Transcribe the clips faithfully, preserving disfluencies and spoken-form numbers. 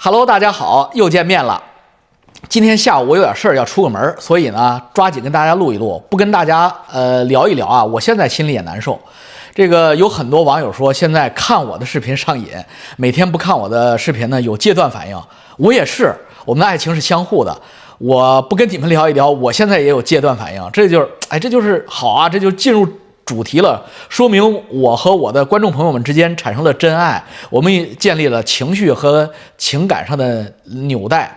Hello， 大家好，又见面了。今天下午我有点事儿要出个门，所以呢，抓紧跟大家录一录，不跟大家呃聊一聊啊，我现在心里也难受。这个有很多网友说，现在看我的视频上瘾，每天不看我的视频呢有戒断反应。我也是，我们的爱情是相互的。我不跟你们聊一聊，我现在也有戒断反应，这就是哎，这就是好啊，这就进入主题了，说明我和我的观众朋友们之间产生了真爱，我们也建立了情绪和情感上的纽带。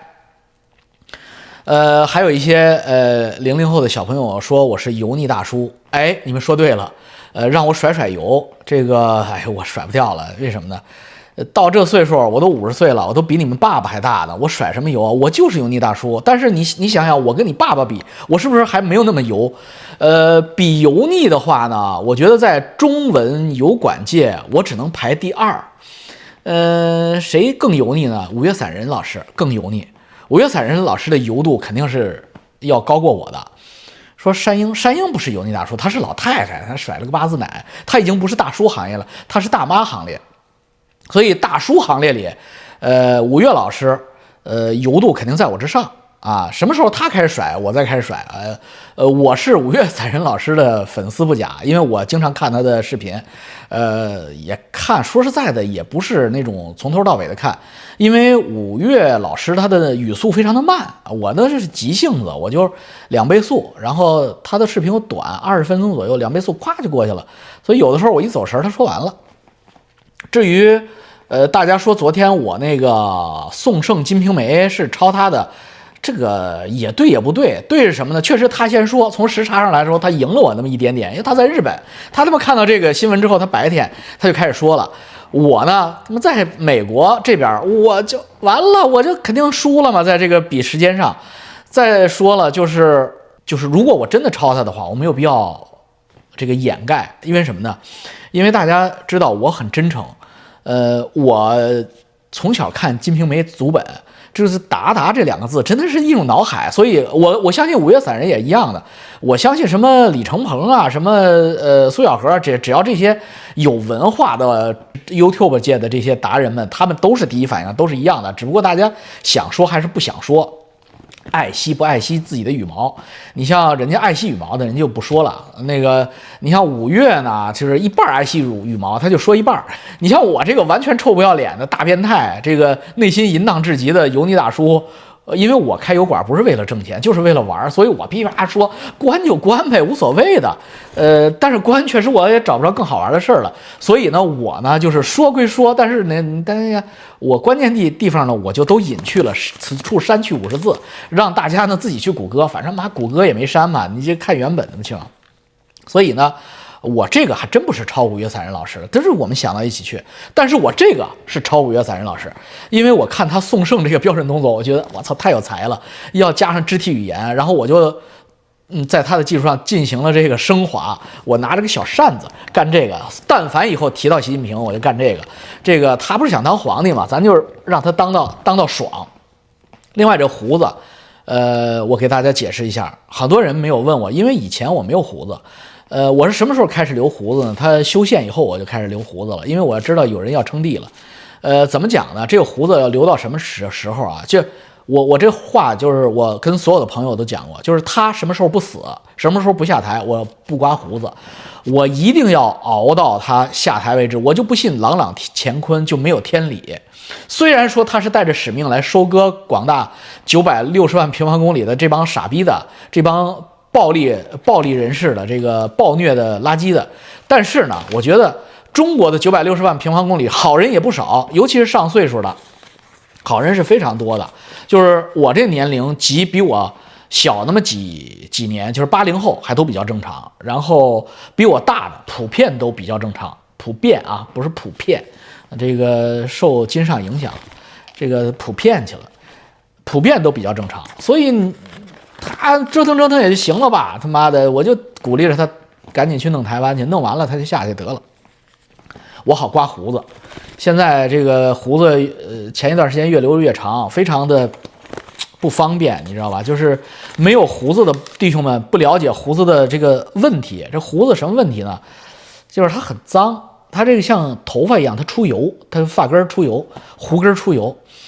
呃，还有一些呃零零后的小朋友说我是油腻大叔，哎，你们说对了，呃，让我甩甩油，这个哎我甩不掉了，为什么呢？到这岁数，我都五十岁了，我都比你们爸爸还大呢，我甩什么油啊？我就是油腻大叔。但是你你想想，我跟你爸爸比，我是不是还没有那么油？呃，比油腻的话呢，我觉得在中文油管界，我只能排第二。呃，谁更油腻呢？五月散人老师更油腻。五月散人老师的油度肯定是要高过我的。说山鹰，山鹰不是油腻大叔，他是老太太，他甩了个八字奶，他已经不是大叔行业了，他是大妈行列。所以大叔行列里，呃，五月老师，呃，油度肯定在我之上啊。什么时候他开始甩，我再开始甩。呃，呃，我是五月散人老师的粉丝不假，因为我经常看他的视频，呃，也看。说实在的，也不是那种从头到尾的看，因为五月老师他的语速非常的慢，我呢是急性子，我就两倍速，然后他的视频又短，二十分钟左右，两倍速咵就过去了。所以有的时候我一走神，他说完了。至于呃，大家说昨天我那个宋胜《金瓶梅》是抄他的，这个也对也不对。对是什么呢？确实他先说，从时差上来说，他赢了我那么一点点，因为他在日本，他他妈看到这个新闻之后，他白天他就开始说了。我呢，他妈在美国这边，我就完了，我就肯定输了嘛，在这个比时间上。再说了，就是就是，如果我真的抄他的话，我没有必要这个掩盖，因为什么呢？因为大家知道我很真诚。呃，我从小看《金瓶梅》祖本，就是“达达”这两个字，真的是映入脑海。所以我我相信五月散人也一样的。我相信什么李承鹏啊，什么呃苏小河，这只要这些有文化的 YouTube 界的这些达人们，他们都是第一反应，都是一样的。只不过大家想说还是不想说。爱惜不爱惜自己的羽毛，你像人家爱惜羽毛的人就不说了。那个，你像五月呢，就是一半爱惜羽毛，他就说一半。你像我这个完全臭不要脸的大变态，这个内心淫荡至极的油腻大叔。因为我开油管不是为了挣钱，就是为了玩，所以我噼啪说关就关呗，无所谓的。呃，但是关确实我也找不着更好玩的事儿了，所以呢，我呢就是说归说，但是呢，但是我关键地地方呢，我就都隐去了，此处删去五十字，让大家呢自己去谷歌，反正妈谷歌也没删嘛，你就看原本的去嘛。所以呢。我这个还真不是抄五月散人老师，但是我们想到一起去。但是我这个是抄五月散人老师，因为我看他宋胜这个标准动作，我觉得我操太有才了，要加上肢体语言，然后我就嗯在他的基础上进行了这个升华。我拿着个小扇子干这个，但凡以后提到习近平，我就干这个。这个他不是想当皇帝嘛，咱就是让他当到当到爽。另外这胡子，呃，我给大家解释一下，很多人没有问我，因为以前我没有胡子。呃，我是什么时候开始留胡子呢？他修宪以后我就开始留胡子了，因为我知道有人要称帝了。呃，怎么讲呢？这个胡子要留到什么时时候啊？就我我这话就是我跟所有的朋友都讲过，就是他什么时候不死，什么时候不下台，我不刮胡子，我一定要熬到他下台为止。我就不信朗朗乾坤就没有天理。虽然说他是带着使命来收割广大九百六十万平方公里的这帮傻逼的这帮。暴力暴力人士的这个暴虐的垃圾的，但是呢，我觉得中国的九百六十万平方公里好人也不少，尤其是上岁数的好人是非常多的。就是我这年龄及比我小那么几几年，就是八零后还都比较正常，然后比我大的普遍都比较正常，普遍啊不是普遍，这个受金上影响，这个普遍去了，普遍都比较正常，所以。他折腾折腾也就行了吧，他妈的，我就鼓励着他赶紧去弄台湾去，弄完了他就下去得了，我好刮胡子。现在这个胡子，呃，前一段时间越留越长，非常的不方便，你知道吧？就是没有胡子的弟兄们不了解胡子的这个问题。这胡子什么问题呢？就是它很脏，它这个像头发一样，它出油，它发根出油，胡根出油。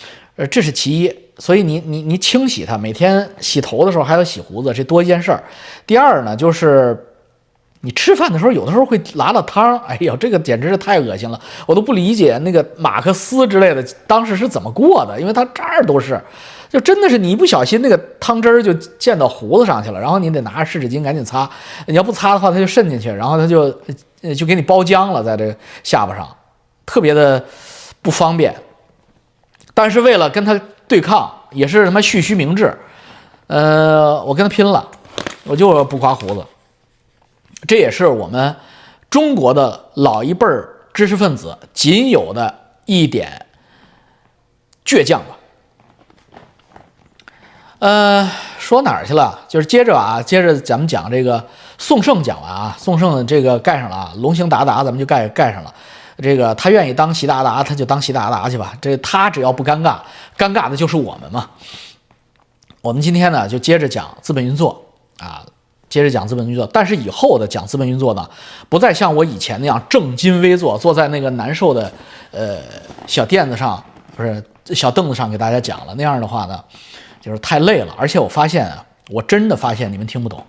呃，这是其一。所以你你你清洗它，每天洗头的时候还要洗胡子，这多一件事儿。第二呢，就是你吃饭的时候有的时候会拉了汤，哎呦，这个简直是太恶心了，我都不理解那个马克思之类的当时是怎么过的，因为他这儿都是。就真的是你一不小心那个汤汁儿就溅到胡子上去了，然后你得拿着湿纸巾赶紧擦，你要不擦的话它就渗进去，然后它就就给你包浆了，在这个下巴上，特别的不方便。但是为了跟他对抗，也是他妈蓄须明志，呃，我跟他拼了，我就不刮胡子。这也是我们中国的老一辈知识分子仅有的一点倔强吧。呃，说哪儿去了？就是接着啊，接着咱们讲这个宋胜讲完啊，宋胜这个盖上了啊，龙行达达咱们就盖盖上了。这个他愿意当习达达，他就当习达达去吧。这他只要不尴尬，尴尬的就是我们嘛。我们今天呢就接着讲资本运作啊，接着讲资本运作。但是以后的讲资本运作呢，不再像我以前那样正襟危坐，坐在那个难受的呃小垫子上，不是小凳子上给大家讲了。那样的话呢，就是太累了，而且我发现啊，我真的发现你们听不懂。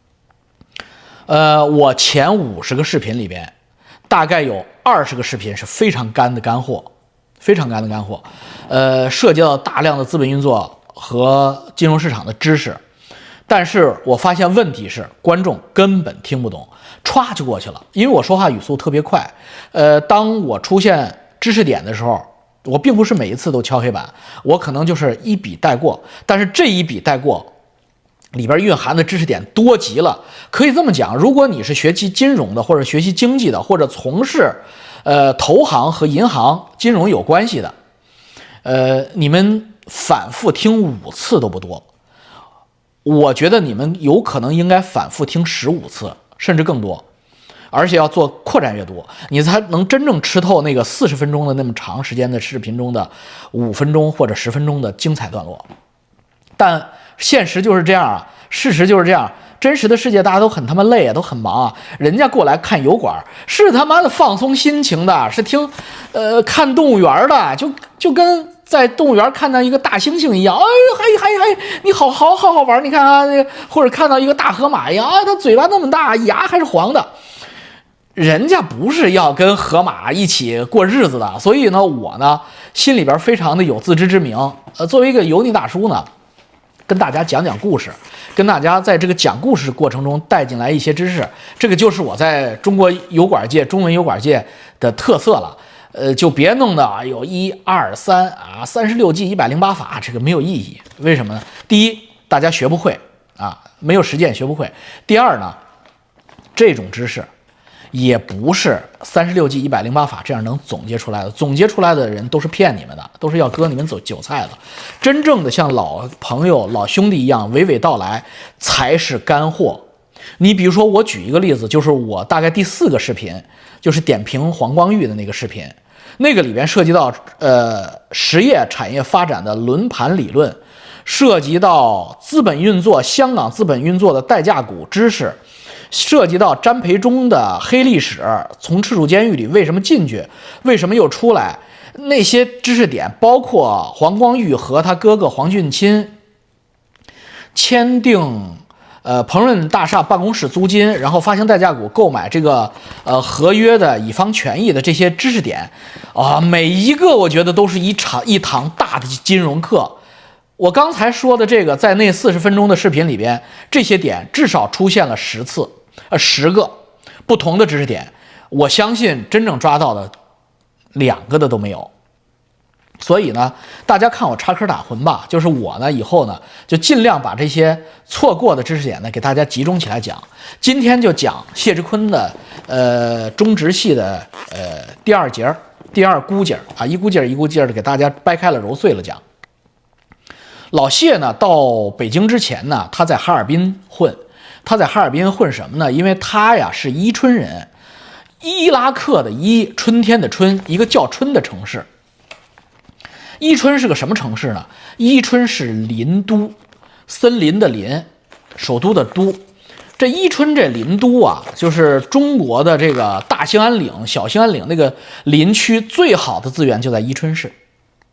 呃，我前五十个视频里边，大概有二十个视频是非常干的干货，非常干的干货，呃，涉及到大量的资本运作和金融市场的知识。但是我发现问题是，观众根本听不懂，歘就过去了，因为我说话语速特别快。呃，当我出现知识点的时候，我并不是每一次都敲黑板，我可能就是一笔带过，但是这一笔带过里边蕴含的知识点多极了。可以这么讲，如果你是学习金融的，或者学习经济的，或者从事呃投行和银行金融有关系的，呃，你们反复听五次都不多，我觉得你们有可能应该反复听十五次，甚至更多。而且要做扩展阅读，你才能真正吃透那个四十分钟的那么长时间的视频中的五分钟或者十分钟的精彩段落。但现实就是这样啊，事实就是这样，真实的世界大家都很他妈累啊，都很忙啊。人家过来看油管是他妈的放松心情的，是听呃看动物园的，就就跟在动物园看到一个大猩猩一样，哎，还还还，你好好好好玩，你看啊，那个或者看到一个大河马一样啊，它嘴巴那么大，牙还是黄的。人家不是要跟河马一起过日子的，所以呢，我呢心里边非常的有自知之明。呃，作为一个油腻大叔呢，跟大家讲讲故事，跟大家在这个讲故事过程中带进来一些知识，这个就是我在中国油管界、中文油管界的特色了。呃，就别弄的啊，有一二三啊，三十六计、一百零八法，这个没有意义。为什么呢？第一，大家学不会啊，没有实践学不会。第二呢，这种知识也不是三十六计、一百零八法这样能总结出来的，总结出来的人都是骗你们的，都是要割你们走韭菜的。真正的像老朋友、老兄弟一样娓娓道来，才是干货。你比如说，我举一个例子，就是我大概第四个视频，就是点评黄光裕的那个视频，那个里边涉及到呃实业产业发展的轮盘理论，涉及到资本运作、香港资本运作的代价股知识。涉及到詹培忠的黑历史，从赤柱监狱里为什么进去，为什么又出来，那些知识点，包括黄光裕和他哥哥黄俊钦签订呃鹏润大厦办公室租金，然后发行代价股购买这个呃合约的乙方权益的这些知识点啊，每一个我觉得都是一场一堂大的金融课。我刚才说的这个，在那四十分钟的视频里边，这些点至少出现了十次。呃，十个不同的知识点，我相信真正抓到的两个的都没有。所以呢，大家看我插科打诨吧，就是我呢以后呢就尽量把这些错过的知识点呢给大家集中起来讲。今天就讲谢志坤的呃中植系的呃第二节第二估节啊，一估节一估节的给大家掰开了揉碎了讲。老谢呢到北京之前呢，他在哈尔滨混。他在哈尔滨混什么呢？因为他呀是伊春人，伊拉克的伊，春天的春，一个叫春的城市。伊春是个什么城市呢？伊春是林都，森林的林，首都的都。这伊春这林都啊，就是中国的这个大兴安岭、小兴安岭那个林区最好的资源就在伊春市。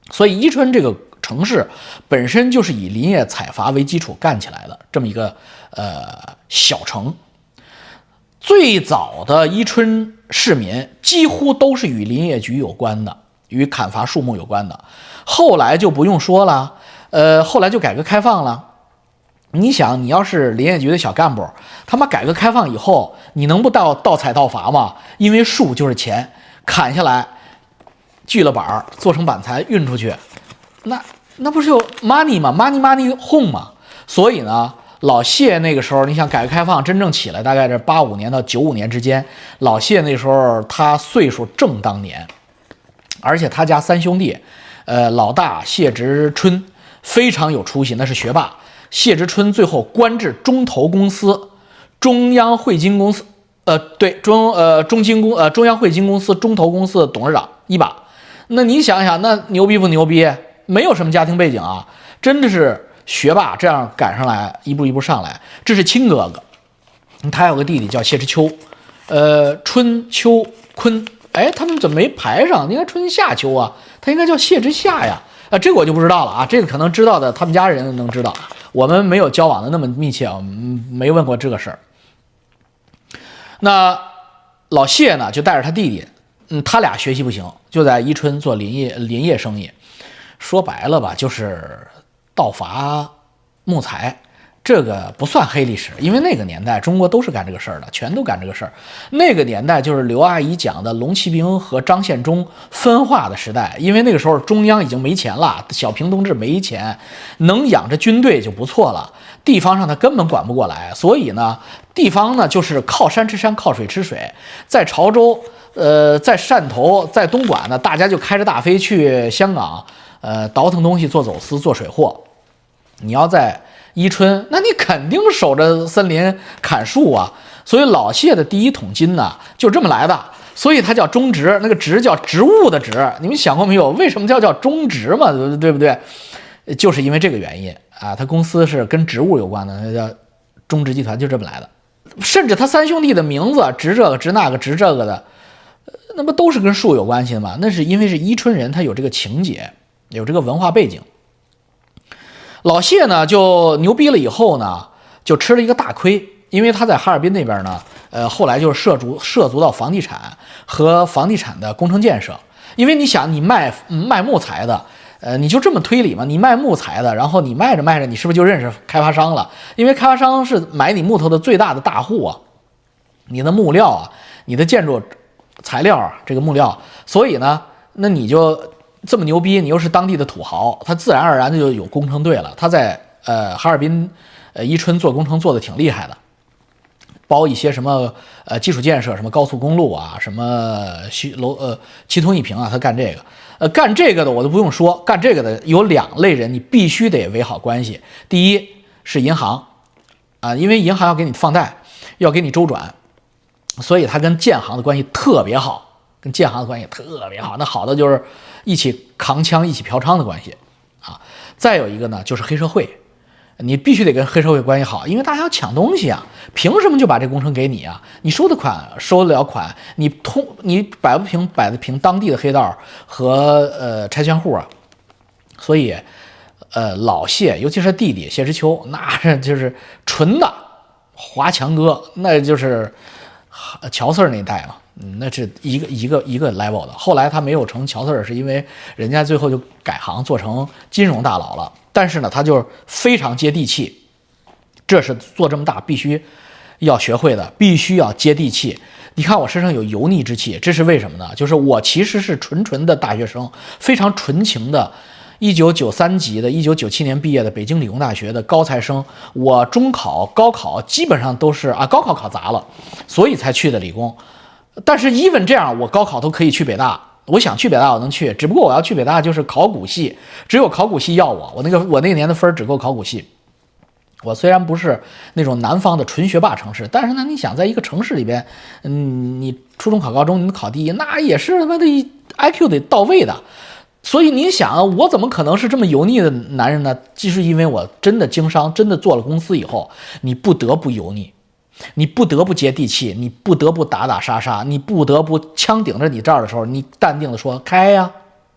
所以伊春这个城市本身就是以林业采伐为基础干起来的这么一个呃小城。最早的伊春市民几乎都是与林业局有关的，与砍伐树木有关的。后来就不用说了，呃，后来就改革开放了。你想，你要是林业局的小干部，他妈改革开放以后，你能不盗盗采盗伐吗？因为树就是钱，砍下来，锯了板儿，做成板材运出去，那那不是有 money 吗 ？money money home 嘛。所以呢，老谢那个时候，你想改革开放真正起来，大概是八五年到九五年之间，老谢那时候他岁数正当年，而且他家三兄弟，呃，老大谢直春非常有出息，那是学霸。谢直春最后官至中投公司、中央汇金公司，呃，对中呃中金公呃中央汇金公司中投公司的董事长一把。那你想想，那牛逼不牛逼？没有什么家庭背景啊，真的是学霸，这样赶上来，一步一步上来。这是亲哥哥，他还有个弟弟叫谢之秋，呃，春秋坤，哎，他们怎么没排上？应该春夏秋啊，他应该叫谢之夏呀。啊，这个我就不知道了啊，这个可能知道的他们家人能知道，我们没有交往的那么密切啊，没问过这个事儿。那老谢呢，就带着他弟弟，嗯，他俩学习不行，就在伊春做林业林业生意。说白了吧，就是盗伐木材，这个不算黑历史，因为那个年代中国都是干这个事儿的，全都干这个事儿。那个年代就是刘阿姨讲的龙骑兵和张献忠分化的时代，因为那个时候中央已经没钱了，小平同志没钱，能养着军队就不错了，地方上他根本管不过来，所以呢，地方呢就是靠山吃山，靠水吃水。在潮州，呃，在汕头，在东莞呢，大家就开着大飞去香港，呃，倒腾东西做走私，做水货。你要在伊春，那你肯定守着森林砍树啊。所以老谢的第一桶金呢，就这么来的。所以它叫中植，那个植叫植物的植。你们想过没有？为什么叫叫中植嘛？对不对？就是因为这个原因啊。他公司是跟植物有关的，那叫中植集团，就这么来的。甚至他三兄弟的名字，植这个、植那个、植这个的，那不都是跟树有关系的吗？那是因为是伊春人，他有这个情节，有这个文化背景。老谢呢就牛逼了以后呢，就吃了一个大亏，因为他在哈尔滨那边呢，呃，后来就是涉足涉足到房地产和房地产的工程建设。因为你想，你卖卖木材的，呃，你就这么推理嘛？你卖木材的，然后你卖着卖着，你是不是就认识开发商了？因为开发商是买你木头的最大的大户啊，你的木料啊，你的建筑材料啊，这个木料，所以呢，那你就。这么牛逼，你又是当地的土豪，他自然而然的就有工程队了。他在呃哈尔滨、呃伊春做工程做的挺厉害的，包一些什么呃基础建设，什么高速公路啊，什么西楼呃七通一平啊，他干这个。呃，干这个的我都不用说，干这个的有两类人，你必须得维好关系。第一是银行啊、呃，因为银行要给你放贷，要给你周转，所以他跟建行的关系特别好。跟建行的关系特别好，那好的就是一起扛枪、一起嫖娼的关系啊。再有一个呢，就是黑社会，你必须得跟黑社会关系好，因为大家要抢东西啊，凭什么就把这工程给你啊？你收的款收得了款，你通你摆不平摆得平当地的黑道和呃拆迁户啊。所以，呃，老谢，尤其是弟弟谢之秋，那就是纯的华强哥，那就是乔四那一代嘛。嗯，那是一个一个一个 level 的。后来他没有成乔四，是因为人家最后就改行做成金融大佬了。但是呢，他就是非常接地气，这是做这么大必须要学会的，必须要接地气。你看我身上有油腻之气，这是为什么呢？就是我其实是纯纯的大学生，非常纯情的。一九九三级的，一九九七年毕业的北京理工大学的高材生，我中考、高考基本上都是啊，高考考砸了，所以才去的理工。但是 even 这样，我高考都可以去北大。我想去北大，我能去，只不过我要去北大就是考古系，只有考古系要我。我那个我那年的分只够考古系。我虽然不是那种南方的纯学霸城市，但是呢，你想在一个城市里边，嗯，你初中考高中，你能考第一，那也是他妈的 I Q 得到位的。所以你想，我怎么可能是这么油腻的男人呢？就是因为我真的经商，真的做了公司以后，你不得不油腻。你不得不接地气，你不得不打打杀杀，你不得不枪顶着你这儿的时候，你淡定的说开呀，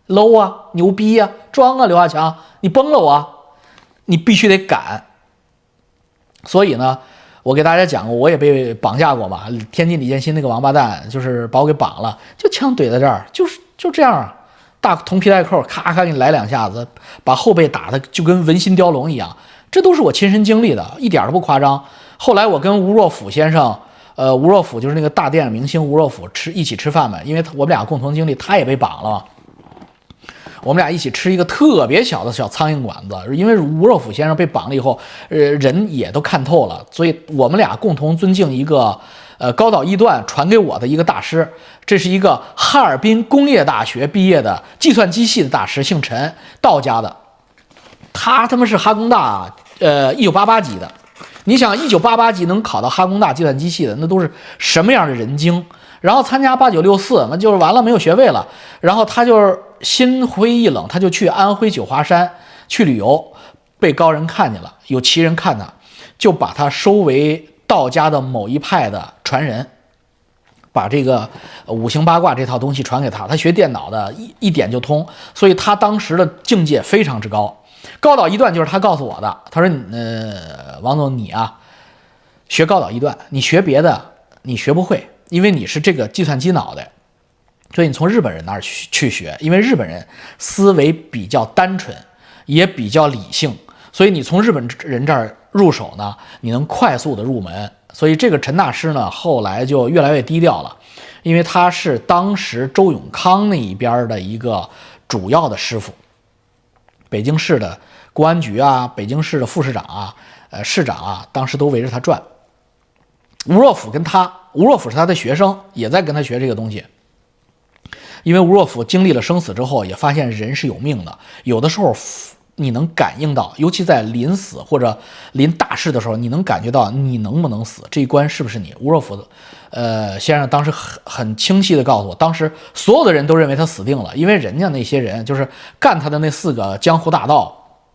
，low 啊，牛逼呀、啊，装啊，刘华强，你崩了我，你必须得敢。所以呢，我给大家讲过，我也被绑架过嘛。天津李建新那个王八蛋，就是把我给绑了，就枪怼在这儿，就是就这样啊，大铜皮带扣，咔咔给你来两下子，把后背打的就跟文心雕龙一样。这都是我亲身经历的，一点都不夸张。后来我跟吴若甫先生，呃，吴若甫就是那个大电影明星吴若甫吃一起吃饭嘛，因为我们俩共同经历，他也被绑了嘛。我们俩一起吃一个特别小的小苍蝇馆子，因为吴若甫先生被绑了以后，呃，人也都看透了，所以我们俩共同尊敬一个呃高岛一段传给我的一个大师，这是一个哈尔滨工业大学毕业的计算机系的大师，姓陈，道家的，他他妈是哈工大呃一九八八级的，你想一九八八级能考到哈工大计算机系的，那都是什么样的人精？然后参加八九六四，那就是完了没有学位了，然后他就是心灰意冷，他就去安徽九华山去旅游，被高人看见了，有奇人看他，就把他收为道家的某一派的传人，把这个五行八卦这套东西传给他，他学电脑的一一点就通，所以他当时的境界非常之高。高岛一段就是他告诉我的，他说：“呃，王总你啊，学高岛一段，你学别的你学不会。”因为你是这个计算机脑袋，所以你从日本人那儿去去学，因为日本人思维比较单纯，也比较理性，所以你从日本人这儿入手呢，你能快速的入门。所以这个陈大师呢，后来就越来越低调了，因为他是当时周永康那一边的一个主要的师傅，北京市的公安局啊，北京市的副市长啊，呃市长啊，当时都围着他转。吴若甫跟他，吴若甫是他的学生，也在跟他学这个东西。因为吴若甫经历了生死之后，也发现人是有命的，有的时候你能感应到，尤其在临死或者临大事的时候，你能感觉到你能不能死，这一关是不是你。吴若甫呃先生当时很很清晰的告诉我，当时所有的人都认为他死定了，因为人家那些人就是干他的那四个江湖大盗，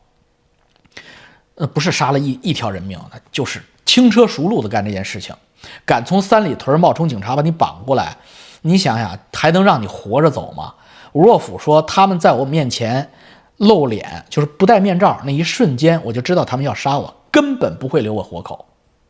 呃不是杀了一一条人命，就是轻车熟路的干这件事情，敢从三里屯冒充警察把你绑过来，你想想还能让你活着走吗？吴若甫说，他们在我面前露脸，就是不戴面罩，那一瞬间我就知道他们要杀我，根本不会留我活口。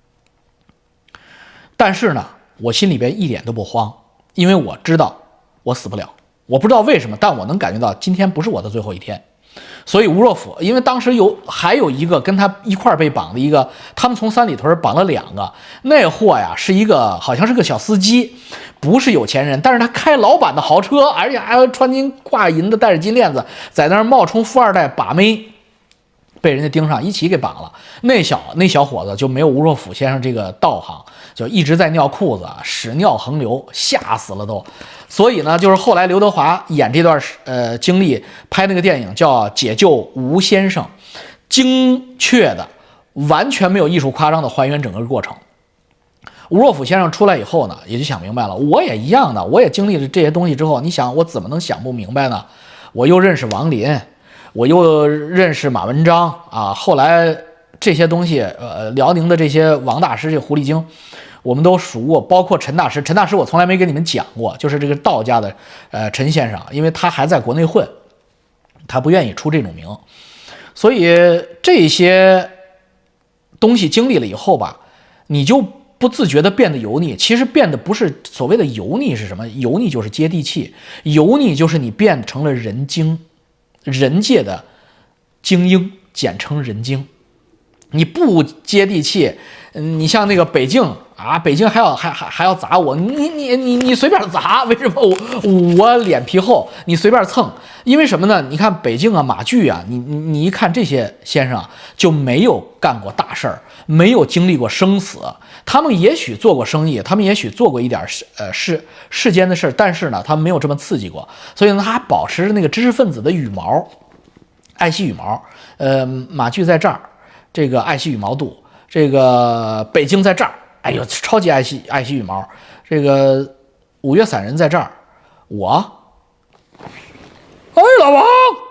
但是呢，我心里边一点都不慌，因为我知道我死不了，我不知道为什么，但我能感觉到今天不是我的最后一天。所以吴若甫，因为当时有还有一个跟他一块被绑的一个，他们从三里屯绑了两个，那货呀是一个好像是个小司机，不是有钱人，但是他开老板的豪车，而且还穿金挂银的，戴着金链子，在那儿冒充富二代把妹，被人家盯上，一起给绑了。那小那小伙子就没有吴若甫先生这个道行，就一直在尿裤子，屎尿横流，吓死了都。所以呢，就是后来刘德华演这段呃经历，拍那个电影叫《解救吴先生》，精确的、完全没有艺术夸张的还原整个过程。吴若甫先生出来以后呢，也就想明白了，我也一样的，我也经历了这些东西之后，你想我怎么能想不明白呢？我又认识王林，我又认识马文章啊，后来这些东西，呃，辽宁的这些王大师，这狐狸精。我们都熟过，包括陈大师。陈大师我从来没跟你们讲过，就是这个道家的呃陈先生，因为他还在国内混，他不愿意出这种名，所以这些东西经历了以后吧，你就不自觉的变得油腻。其实变得不是所谓的油腻是什么？油腻就是接地气，油腻就是你变成了人精，人界的精英，简称人精。你不接地气，你像那个北京啊，北京还要还还还要砸我，你你你你随便砸，为什么我我脸皮厚，你随便蹭？因为什么呢？你看北京啊，马具啊，你你你一看这些先生啊，就没有干过大事儿，没有经历过生死。他们也许做过生意，他们也许做过一点呃世世间的事儿，但是呢，他们没有这么刺激过，所以呢，他还保持着那个知识分子的羽毛，爱惜羽毛。呃，马具在这儿。这个爱惜羽毛度，这个北京在这儿，哎呦，超级爱惜爱惜羽毛。这个五岳散人在这儿，我，哎，老王，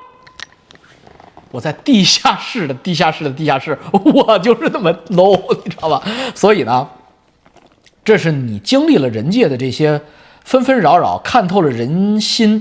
我在地下室的地下室的地下室，我就是那么 low， 你知道吧？所以呢，这是你经历了人界的这些纷纷扰扰，看透了人心，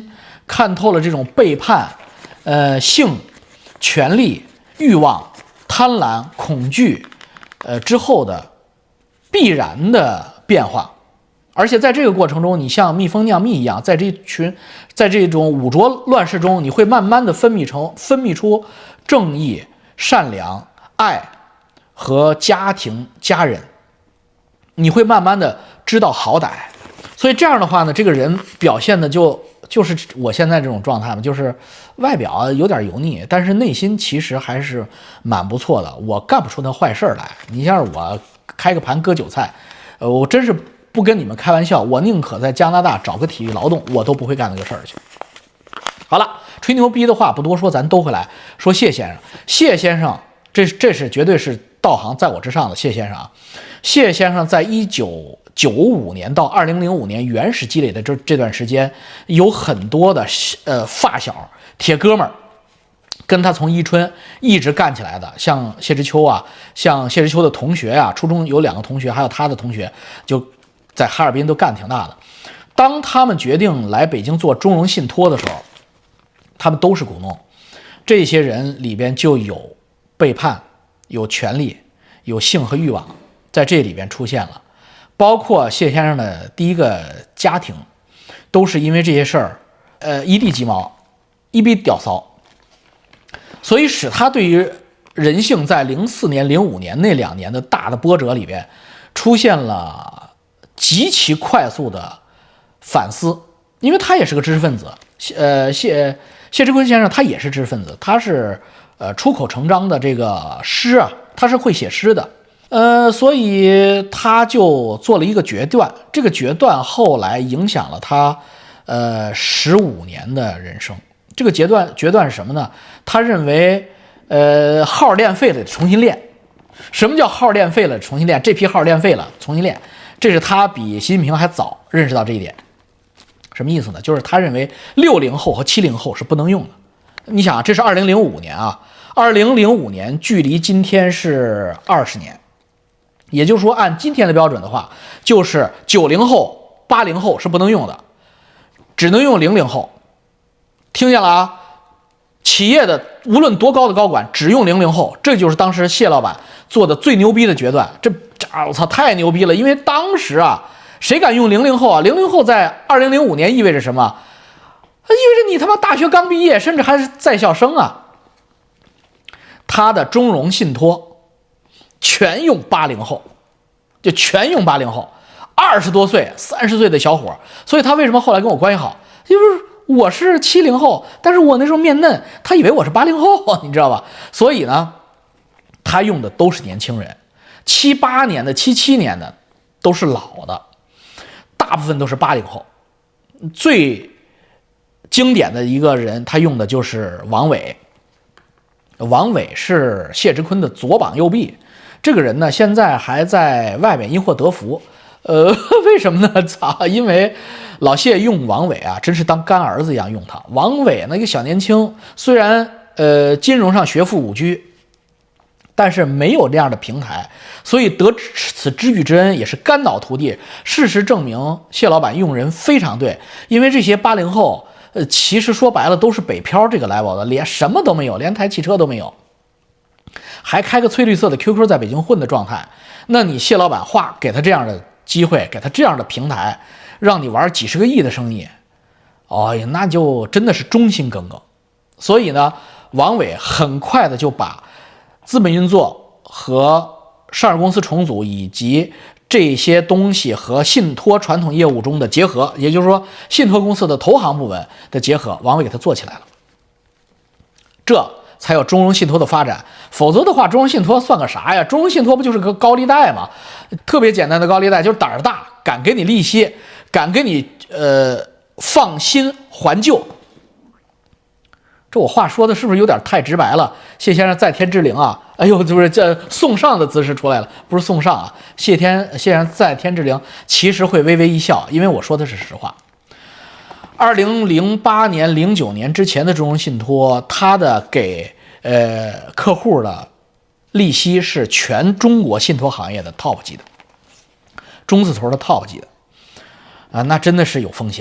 看透了这种背叛、呃性、权力、欲望、贪婪、恐惧，呃之后的必然的变化。而且在这个过程中，你像蜜蜂酿蜜一样，在这群，在这种五浊乱世中，你会慢慢的分泌成分泌出正义、善良、爱和家庭、家人，你会慢慢的知道好歹。所以这样的话呢，这个人表现的就就是我现在这种状态嘛，就是外表有点油腻，但是内心其实还是蛮不错的。我干不出那坏事来。你像我开个盘割韭菜，呃，我真是。不跟你们开玩笑，我宁可在加拿大找个体力劳动，我都不会干那个事儿去。好了，吹牛逼的话不多说，咱兜回来说谢先生。谢先生，这这是绝对是道行在我之上的谢先生啊。谢先生在一九九五年到二零零五年原始积累的这这段时间，有很多的呃发小、铁哥们儿。跟他从伊春一直干起来的，像谢之秋啊，像谢之秋的同学啊，初中有两个同学，还有他的同学，就在哈尔滨都干挺大的。当他们决定来北京做中融信托的时候，他们都是股东。这些人里边就有背叛、有权利、有性和欲望，在这里边出现了。包括谢先生的第一个家庭，都是因为这些事儿，呃，一地鸡毛，一笔屌骚。所以使他对于人性在零四年、零五年那两年的大的波折里边，出现了极其快速的反思，因为他也是个知识分子。呃，谢谢之坤先生他也是知识分子，他是呃出口成章的这个诗啊，他是会写诗的。呃，所以他就做了一个决断，这个决断后来影响了他呃十五年的人生。这个决断决断是什么呢？他认为，呃，号练废了，重新练。什么叫号练废了，重新练？这批号练废了，重新练。这是他比习近平还早认识到这一点。什么意思呢？就是他认为六零后和七零后是不能用的。你想啊，这是二零零五年啊，二零零五年距离今天是二十年，也就是说，按今天的标准的话，就是九零后、八零后是不能用的，只能用零零后。听见了啊？企业的无论多高的高管，只用零零后，这就是当时谢老板做的最牛逼的决断。这这我操，太牛逼了！因为当时啊，谁敢用零零后啊？零零后在二零零五年意味着什么？意味着你他妈大学刚毕业，甚至还是在校生啊。他的中融信托全用八零后，就全用八零后，二十多岁、三十岁的小伙。所以他为什么后来跟我关系好？就是。我是七零后，但是我那时候面嫩，他以为我是八零后，你知道吧？所以呢，他用的都是年轻人，七八年的、七七年的都是老的，大部分都是八零后。最经典的一个人，他用的就是王伟。王伟是谢之坤的左膀右臂，这个人呢，现在还在外面因祸得福。呃，为什么呢？操，因为老谢用王伟啊，真是当干儿子一样用他。王伟那个小年轻，虽然呃金融上学富五车，但是没有这样的平台，所以得此知遇之恩也是肝脑涂地。事实证明，谢老板用人非常对，因为这些八零后，呃，其实说白了都是北漂这个 level 的，连什么都没有，连台汽车都没有，还开个翠绿色的 Q Q 在北京混的状态。那你谢老板话给他这样的机会，给他这样的平台，让你玩几十个亿的生意，哦呀，那就真的是忠心耿耿。所以呢，王伟很快的就把资本运作和上市公司重组以及这些东西和信托传统业务中的结合，也就是说信托公司的投行部门的结合，王伟给他做起来了，这才有中融信托的发展。否则的话，中融信托算个啥呀？中融信托不就是个高利贷吗？特别简单的高利贷，就是胆儿大，敢给你利息，敢给你呃放心还旧。这我话说的是不是有点太直白了？谢先生在天之灵啊！哎呦，就是这送上的姿势出来了，不是送上啊！谢天谢先生在天之灵，其实会微微一笑，因为我说的是实话。二零零八年、零九年之前的中融信托，它的给呃客户的利息是全中国信托行业的 top 级的，中字头的 top 级的啊，那真的是有风险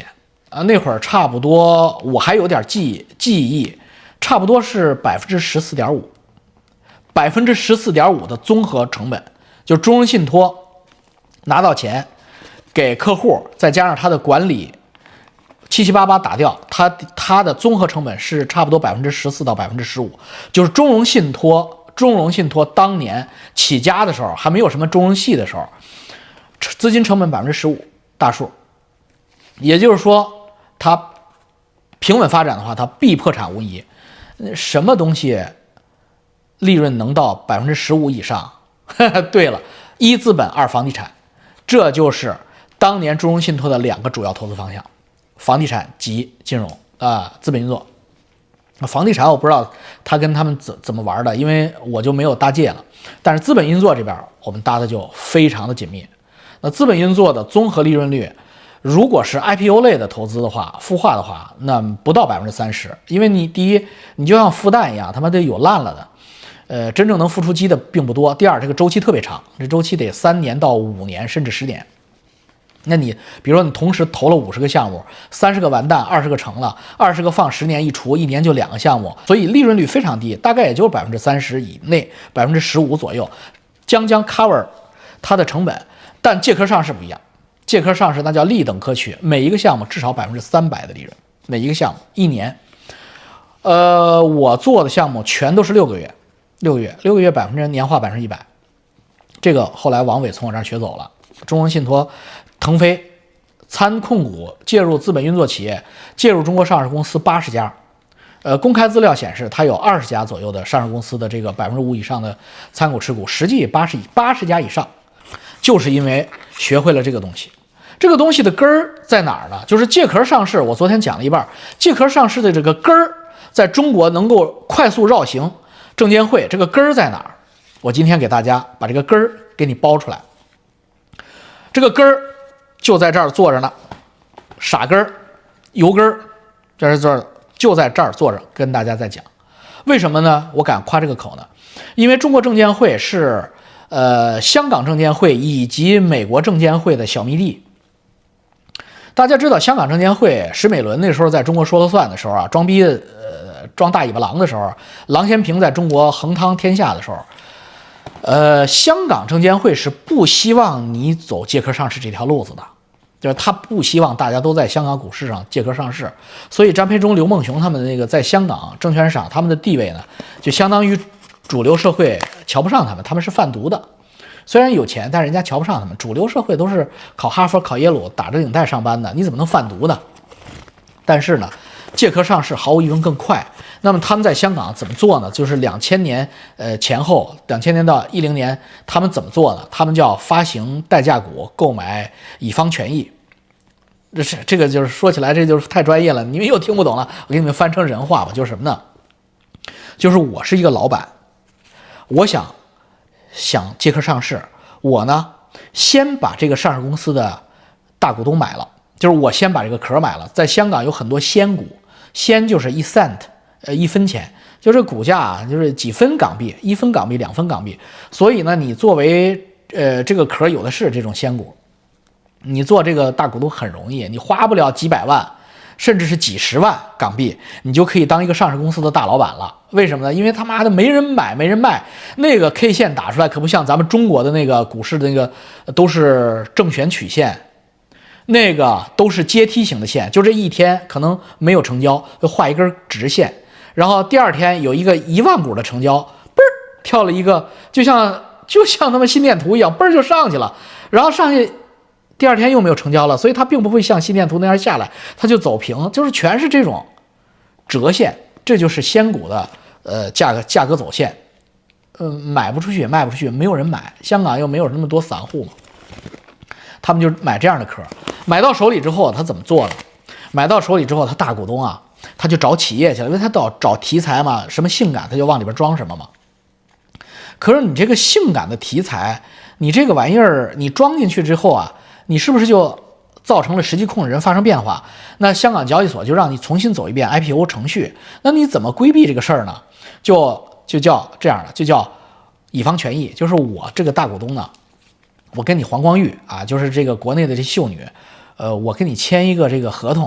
啊，那会儿差不多我还有点记记忆，差不多是百分之十四点五，百分之十四点五的综合成本，就中融信托拿到钱给客户，再加上他的管理。七七八八打掉，它它的综合成本是差不多百分之十四到百分之十五，就是中融信托，中融信托当年起家的时候还没有什么中融系的时候，资金成本百分之十五，大数。也就是说，它平稳发展的话，它必破产无疑。什么东西利润能到百分之十五以上？对了，一资本，二房地产，这就是当年中融信托的两个主要投资方向。房地产及金融啊、呃，资本运作。房地产我不知道他跟他们怎怎么玩的，因为我就没有搭界了。但是资本运作这边我们搭的就非常的紧密。那资本运作的综合利润率，如果是 I P O 类的投资的话，孵化的话，那不到百分之三十，因为你第一，你就像孵蛋一样，他妈得有烂了的，呃，真正能孵出鸡的并不多。第二，这个周期特别长，这周期得三年到五年甚至十年。那你比如说你同时投了五十个项目，三十个完蛋，二十个成了，二十个放十年一除，一年就两个项目，所以利润率非常低，大概也就百分之三十以内，百分之十五左右，将将 cover 它的成本。但借壳上市不一样，借壳上市那叫立等可取，每一个项目至少百分之三百的利润，每一个项目一年。呃，我做的项目全都是六个月，六个月，六个月百分之年化百分之一百。这个后来王伟从我这儿学走了，中融信托。腾飞参控股介入资本运作企业，介入中国上市公司八十家，呃，公开资料显示，它有二十家左右的上市公司的这个百分之五以上的参股持股，实际八十八十家以上，就是因为学会了这个东西。这个东西的根儿在哪儿呢？就是借壳上市。我昨天讲了一半，借壳上市的这个根儿，在中国能够快速绕行证监会，这个根儿在哪儿？我今天给大家把这个根儿给你包出来。这个根儿。就在这儿坐着呢，傻根儿、油根儿，这是这儿就在这儿坐着，跟大家在讲，为什么呢？我敢夸这个口呢？因为中国证监会是呃香港证监会以及美国证监会的小迷弟。大家知道，香港证监会石美伦那时候在中国说了算的时候啊，装逼呃装大尾巴狼的时候，郎咸平在中国横汤天下的时候。呃，香港证监会是不希望你走借壳上市这条路子的，就是他不希望大家都在香港股市上借壳上市，所以张培忠、刘梦熊他们那个在香港证券市场他们的地位呢，就相当于主流社会瞧不上他们，他们是贩毒的，虽然有钱，但人家瞧不上他们。主流社会都是考哈佛、考耶鲁、打着领带上班的，你怎么能贩毒呢？但是呢，借壳上市毫无疑问更快。那么他们在香港怎么做呢？就是两千年呃前后，两千年到一零年，他们怎么做呢？他们叫发行代价股，购买乙方权益。这是这个就是说起来这就是太专业了，你们又听不懂了。我给你们翻成人话吧，就是什么呢？就是我是一个老板，我想想借壳上市，我呢先把这个上市公司的大股东买了，就是我先把这个壳买了。在香港有很多仙股，仙就是一 cent。呃，一分钱，就这股价啊，就是几分港币，一分港币，两分港币。所以呢，你作为呃这个壳有的是这种仙股，你做这个大股东很容易，你花不了几百万，甚至是几十万港币，你就可以当一个上市公司的大老板了。为什么呢？因为他妈的没人买，没人卖，那个 K 线打出来可不像咱们中国的那个股市的那个都是正弦曲线。那个都是阶梯型的线，就这一天可能没有成交，就画一根直线。然后第二天有一个一万股的成交，嘣儿跳了一个，就像就像他们心电图一样，嘣儿就上去了。然后上去，第二天又没有成交了，所以它并不会像心电图那样下来，它就走平，就是全是这种折线，这就是仙股的呃价格价格走线。嗯、呃，买不出去，卖不出去，没有人买，香港又没有那么多散户嘛，他们就买这样的壳，买到手里之后，他怎么做呢？买到手里之后，他大股东啊。他就找企业去了，因为他找找题材嘛，什么性感他就往里边装什么嘛。可是你这个性感的题材，你这个玩意儿你装进去之后啊，你是不是就造成了实际控制人发生变化？那香港交易所就让你重新走一遍 I P O 程序，那你怎么规避这个事儿呢？就就叫这样的，就叫乙方权益，就是我这个大股东呢，我跟你黄光裕啊，就是这个国内的这秀女，呃，我跟你签一个这个合同。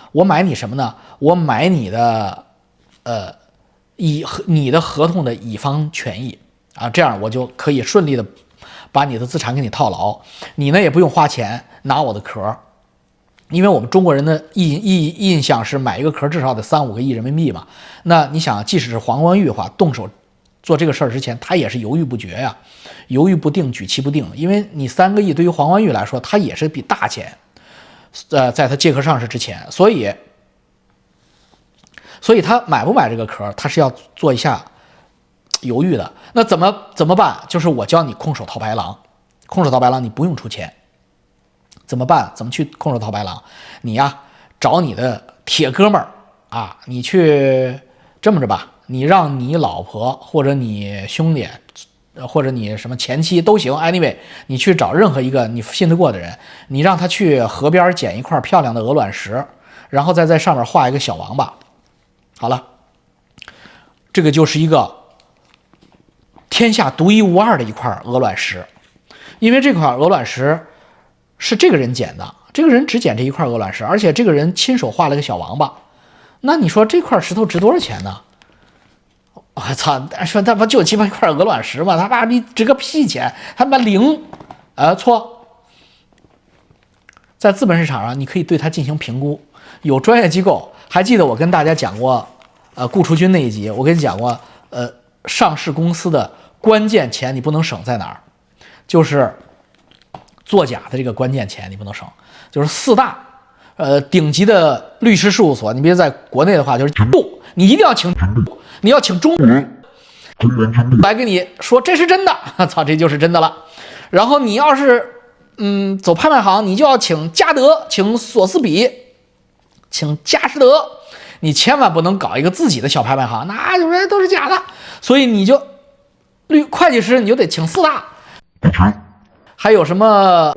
我买你什么呢？我买你的，呃，乙你的合同的乙方权益啊，这样我就可以顺利的把你的资产给你套牢，你呢也不用花钱拿我的壳，因为我们中国人的印印印象是买一个壳至少得三五个亿人民币嘛。那你想，即使是黄光裕的话，动手做这个事儿之前，他也是犹豫不决呀，犹豫不定，举棋不定，因为你三个亿对于黄光裕来说，他也是笔大钱。呃，在他借壳上市之前，所以，所以他买不买这个壳，他是要做一下犹豫的。那怎么怎么办？就是我教你空手套白狼，空手套白狼你不用出钱，怎么办？怎么去空手套白狼？你呀，找你的铁哥们儿啊，你去这么着吧，你让你老婆或者你兄弟。或者你什么前妻都行 ，anyway， 你去找任何一个你信得过的人，你让他去河边捡一块漂亮的鹅卵石，然后再在上面画一个小王八。好了，这个就是一个天下独一无二的一块鹅卵石，因为这块鹅卵石是这个人捡的，这个人只捡这一块鹅卵石，而且这个人亲手画了个小王八。那你说这块石头值多少钱呢？我操！说他妈就鸡巴一块鹅卵石嘛，他妈逼值个屁钱，他妈零，呃错。在资本市场上，你可以对它进行评估，有专业机构。还记得我跟大家讲过，呃，顾雏军那一集，我跟你讲过，呃，上市公司的关键钱你不能省在哪儿，就是作假的这个关键钱你不能省，就是四大，呃，顶级的律师事务所，你别在国内的话就是不，你一定要请。你要请中人来跟你说这是真的，操，这就是真的了。然后你要是嗯走拍卖行，你就要请嘉德，请索斯比，请佳士得，你千万不能搞一个自己的小拍卖行，那就是都是假的。所以你就律会计师你就得请四大，还有什么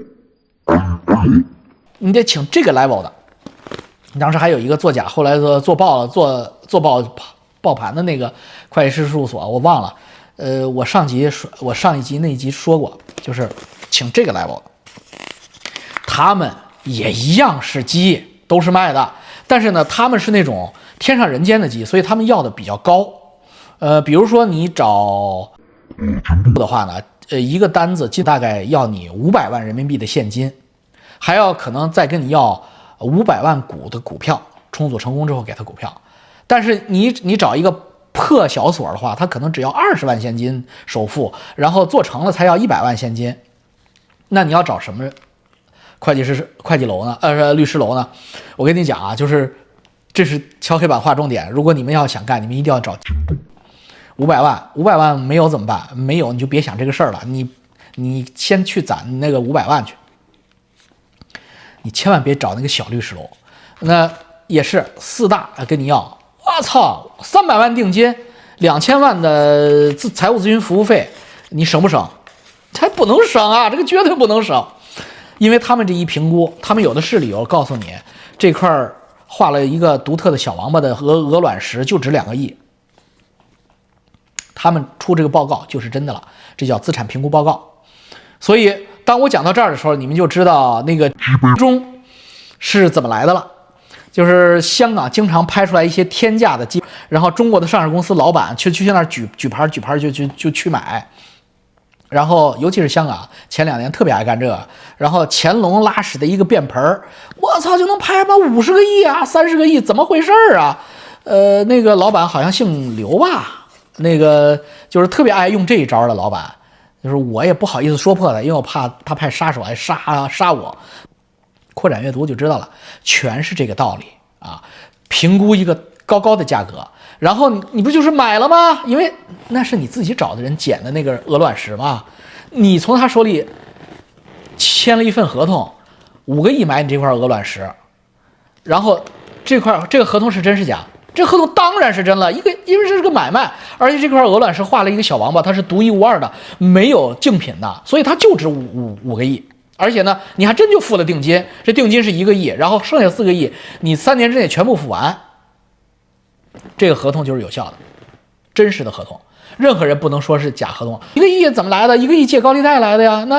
你得请这个 level 的。当时还有一个作假，后来做做报了，做做报。爆盘的那个会计师事务所我忘了，呃，我上集说，我上一集那一集说过，就是请这个 level 的，他们也一样是鸡，都是卖的，但是呢，他们是那种天上人间的鸡，所以他们要的比较高。呃，比如说你找的话呢，呃，一个单子就大概要你五百万人民币的现金，还要可能再跟你要五百万股的股票，重组成功之后给他股票。但是你你找一个破小所的话，他可能只要二十万现金首付，然后做成了才要一百万现金。那你要找什么会计师、会计楼呢？呃，律师楼呢？我跟你讲啊，就是这是敲黑板划重点。如果你们要想干，你们一定要找五百万，五百万没有怎么办？没有你就别想这个事儿了。你你先去攒那个五百万去，你千万别找那个小律师楼。那也是四大跟你要。我操，三百万定金，两千万的自财务咨询服务费，你省不省？才不能省啊！这个绝对不能省，因为他们这一评估，他们有的是理由告诉你，这块画了一个独特的小王八的鹅鹅卵石，就值两个亿。他们出这个报告就是真的了，这叫资产评估报告。所以，当我讲到这儿的时候，你们就知道那个中是怎么来的了。就是香港经常拍出来一些天价的机，然后中国的上市公司老板去去那儿举举牌举牌就就就去买，然后尤其是香港前两年特别爱干这个，然后乾隆拉屎的一个便盆儿，我操就能拍吧五十个亿啊，三十个亿，怎么回事啊？呃，那个老板好像姓刘吧，那个就是特别爱用这一招的老板，就是我也不好意思说破他，因为我怕他派杀手来杀杀我。扩展阅读就知道了，全是这个道理啊！评估一个高高的价格，然后你你不就是买了吗？因为那是你自己找的人捡的那个鹅卵石嘛，你从他手里签了一份合同，五个亿买你这块鹅卵石，然后这块这个合同是真是假？这合同当然是真了，一个因为这是个买卖，而且这块鹅卵石画了一个小王八，它是独一无二的，没有竞品的，所以它就值五五五个亿。而且呢，你还真就付了定金，这定金是一个亿，然后剩下四个亿，你三年之内全部付完，这个合同就是有效的，真实的合同，任何人不能说是假合同。一个亿怎么来的？一个亿借高利贷来的呀？那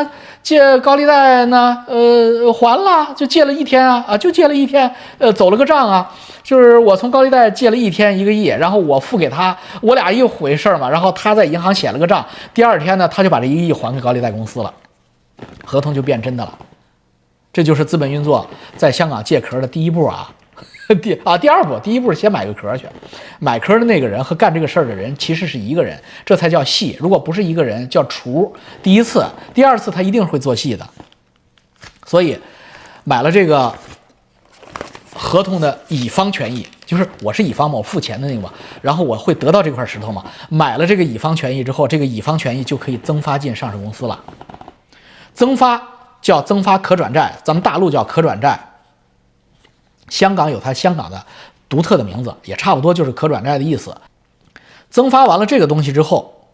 借高利贷呢，呃，还了，就借了一天啊，啊，就借了一天，呃，走了个账啊，就是我从高利贷借了一天一个亿，然后我付给他，我俩一回事嘛，然后他在银行写了个账，第二天呢，他就把这一个亿还给高利贷公司了，合同就变真的了。这就是资本运作在香港借壳的第一步啊。第啊，第二步，第一步是先买个壳去，买壳的那个人和干这个事儿的人其实是一个人，这才叫戏。如果不是一个人，叫厨。第一次，第二次他一定会做戏的。所以，买了这个合同的乙方权益，就是我是乙方嘛，我付钱的那个嘛，然后我会得到这块石头嘛。买了这个乙方权益之后，这个乙方权益就可以增发进上市公司了。增发叫增发可转债，咱们大陆叫可转债。香港有它香港的独特的名字，也差不多就是可转债的意思。增发完了这个东西之后，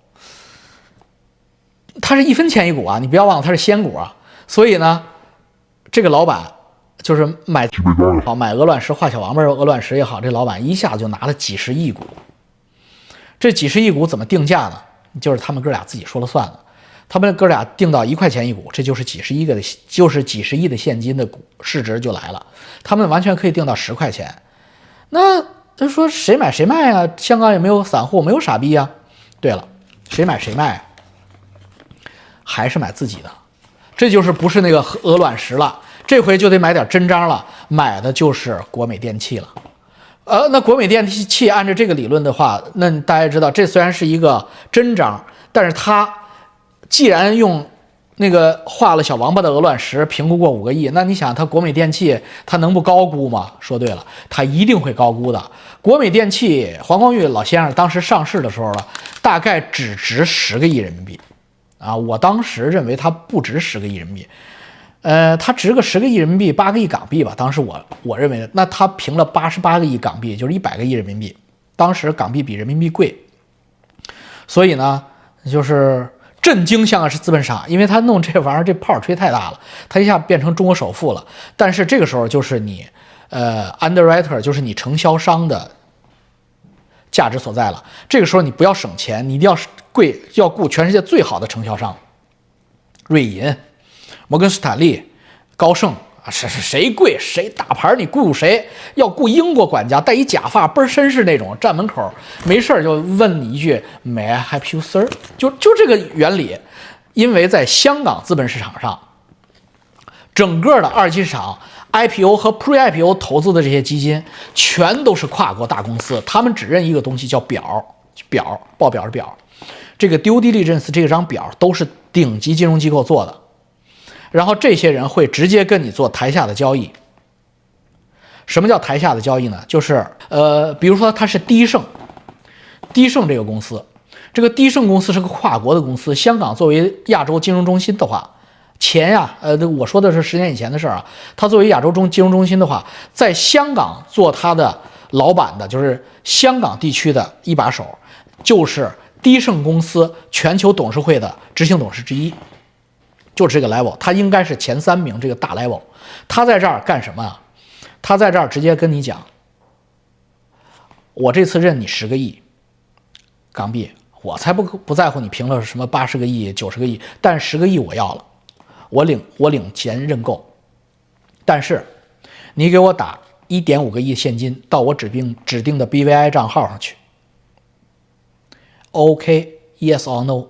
它是一分钱一股啊，你不要忘了它是仙股啊。所以呢，这个老板就是买好买鹅卵石画小王八鹅卵石也好，这老板一下就拿了几十亿股。这几十亿股怎么定价呢？就是他们哥俩自己说了算了。他们哥俩定到一块钱一股，这就是几十亿个的，就是几十亿的现金的股市值就来了。他们完全可以定到十块钱。那他说谁买谁卖啊？香港也没有散户，没有傻逼啊。对了，谁买谁卖啊？还是买自己的。这就是不是那个鹅卵石了，这回就得买点真章了，买的就是国美电器了。呃，那国美电器按照这个理论的话，那大家知道，这虽然是一个真章，但是它既然用那个画了小王八的鹅卵石评估过五个亿，那你想它国美电器它能不高估吗？说对了，它一定会高估的。国美电器黄光裕老先生当时上市的时候呢，大概只值十个亿人民币啊，我当时认为它不值十个亿人民币，呃，它值个十个亿人民币，八个亿港币吧。当时我我认为，那它评了八十八个亿港币，就是一百个亿人民币。当时港币比人民币贵，所以呢，就是震惊香港是资本市场，因为他弄这玩意儿，这炮吹太大了，他一下变成中国首富了。但是这个时候就是你，呃 ，underwriter 就是你承销商的价值所在了。这个时候你不要省钱，你一定要贵，要雇全世界最好的承销商，瑞银、摩根斯坦利、高盛啊，谁谁贵谁打牌，你雇谁？要雇英国管家，戴一假发，倍儿绅士那种，站门口没事就问你一句 May I help you, sir？ 就就这个原理，因为在香港资本市场上，整个的二级市场 I P O 和 Pre-I P O 投资的这些基金，全都是跨国大公司，他们只认一个东西叫表，表报表的表，这个 due diligence 这张表都是顶级金融机构做的。然后这些人会直接跟你做台下的交易。什么叫台下的交易呢？就是呃，比如说它是低盛，低盛这个公司，这个低盛公司是个跨国的公司。香港作为亚洲金融中心的话，钱呀，呃，我说的是十年以前的事儿啊。它作为亚洲中金融中心的话，在香港做它的老板的，就是香港地区的一把手，就是低盛公司全球董事会的执行董事之一。就是这个 level， 他应该是前三名这个大 level。他在这儿干什么啊？他在这儿直接跟你讲，我这次认你十个亿港币，我才不不在乎你评了什么八十个亿、九十个亿，但十个亿我要了，我领我领钱认购，但是你给我打一点五个亿现金到我指定指定的 B V I 账号上去。OK， yes or no，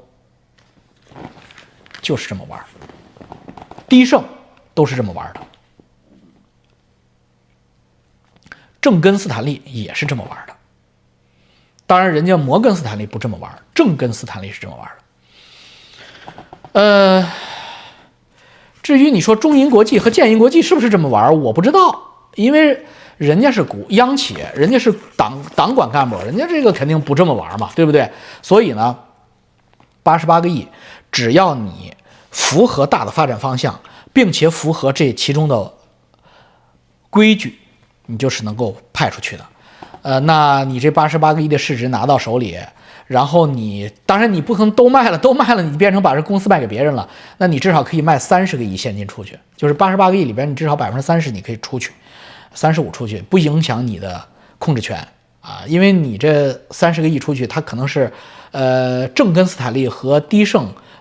就是这么玩。低盛都是这么玩的，正根斯坦利也是这么玩的。当然，人家摩根斯坦利不这么玩，正根斯坦利是这么玩的。呃，至于你说中银国际和建银国际是不是这么玩，我不知道，因为人家是股央企，人家是党党管干部，人家这个肯定不这么玩嘛，对不对？所以呢，八十八个亿，只要你符合大的发展方向，并且符合这其中的规矩，你就是能够派出去的。呃，那你这八十八个亿的市值拿到手里，然后你当然你不可能都卖了，都卖了，你变成把这公司卖给别人了，那你至少可以卖三十个亿现金出去，就是八十八个亿里边，你至少百分之三十你可以出去，三十五出去，不影响你的控制权啊，因为你这三十个亿出去，它可能是呃正根斯坦利和低盛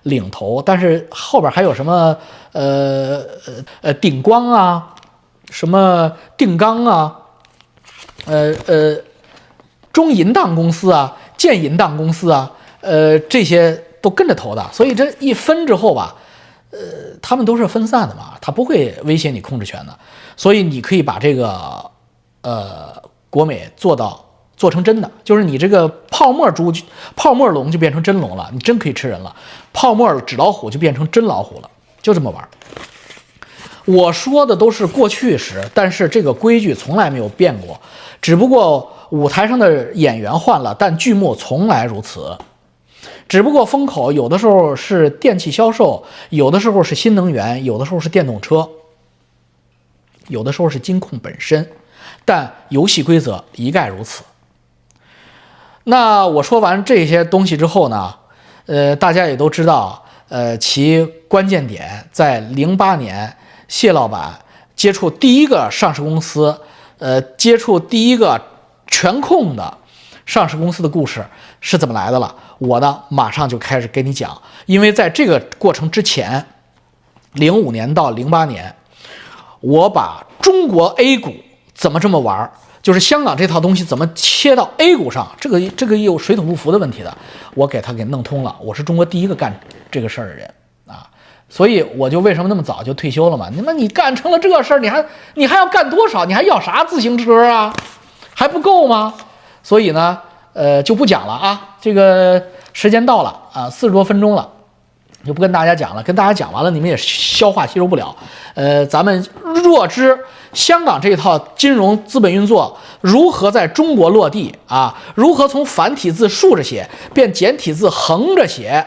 领头，但是后边还有什么呃呃呃鼎光啊，什么定钢啊，呃呃中银当公司啊，建银当公司啊，呃这些都跟着投的，所以这一分之后吧，呃他们都是分散的嘛，他不会威胁你控制权的，所以你可以把这个呃国美做到。做成真的，就是你这个泡沫猪、泡沫龙就变成真龙了，你真可以吃人了；泡沫纸老虎就变成真老虎了，就这么玩。我说的都是过去时，但是这个规矩从来没有变过，只不过舞台上的演员换了，但剧目从来如此。只不过风口有的时候是电器销售，有的时候是新能源，有的时候是电动车，有的时候是金控本身，但游戏规则一概如此。那我说完这些东西之后呢，呃，大家也都知道，呃，其关键点在零八年，谢老板接触第一个上市公司，呃，接触第一个全控的上市公司的故事是怎么来的了。我呢，马上就开始给你讲，因为在这个过程之前，零五年到零八年，我把中国 A 股怎么这么玩。就是香港这套东西怎么切到 A 股上，这个这个有水土不服的问题的，我给他给弄通了。我是中国第一个干这个事儿的人啊，所以我就为什么那么早就退休了嘛？你们你干成了这个事儿，你还你还要干多少？你还要啥自行车啊？还不够吗？所以呢，呃，就不讲了啊。这个时间到了啊，四十多分钟了。就不跟大家讲了，跟大家讲完了，你们也消化吸收不了。呃，咱们若知香港这套金融资本运作如何在中国落地啊，如何从繁体字竖着写变简体字横着写，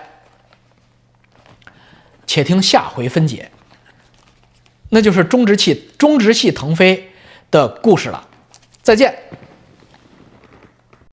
且听下回分解。那就是中植系中植系腾飞的故事了。再见。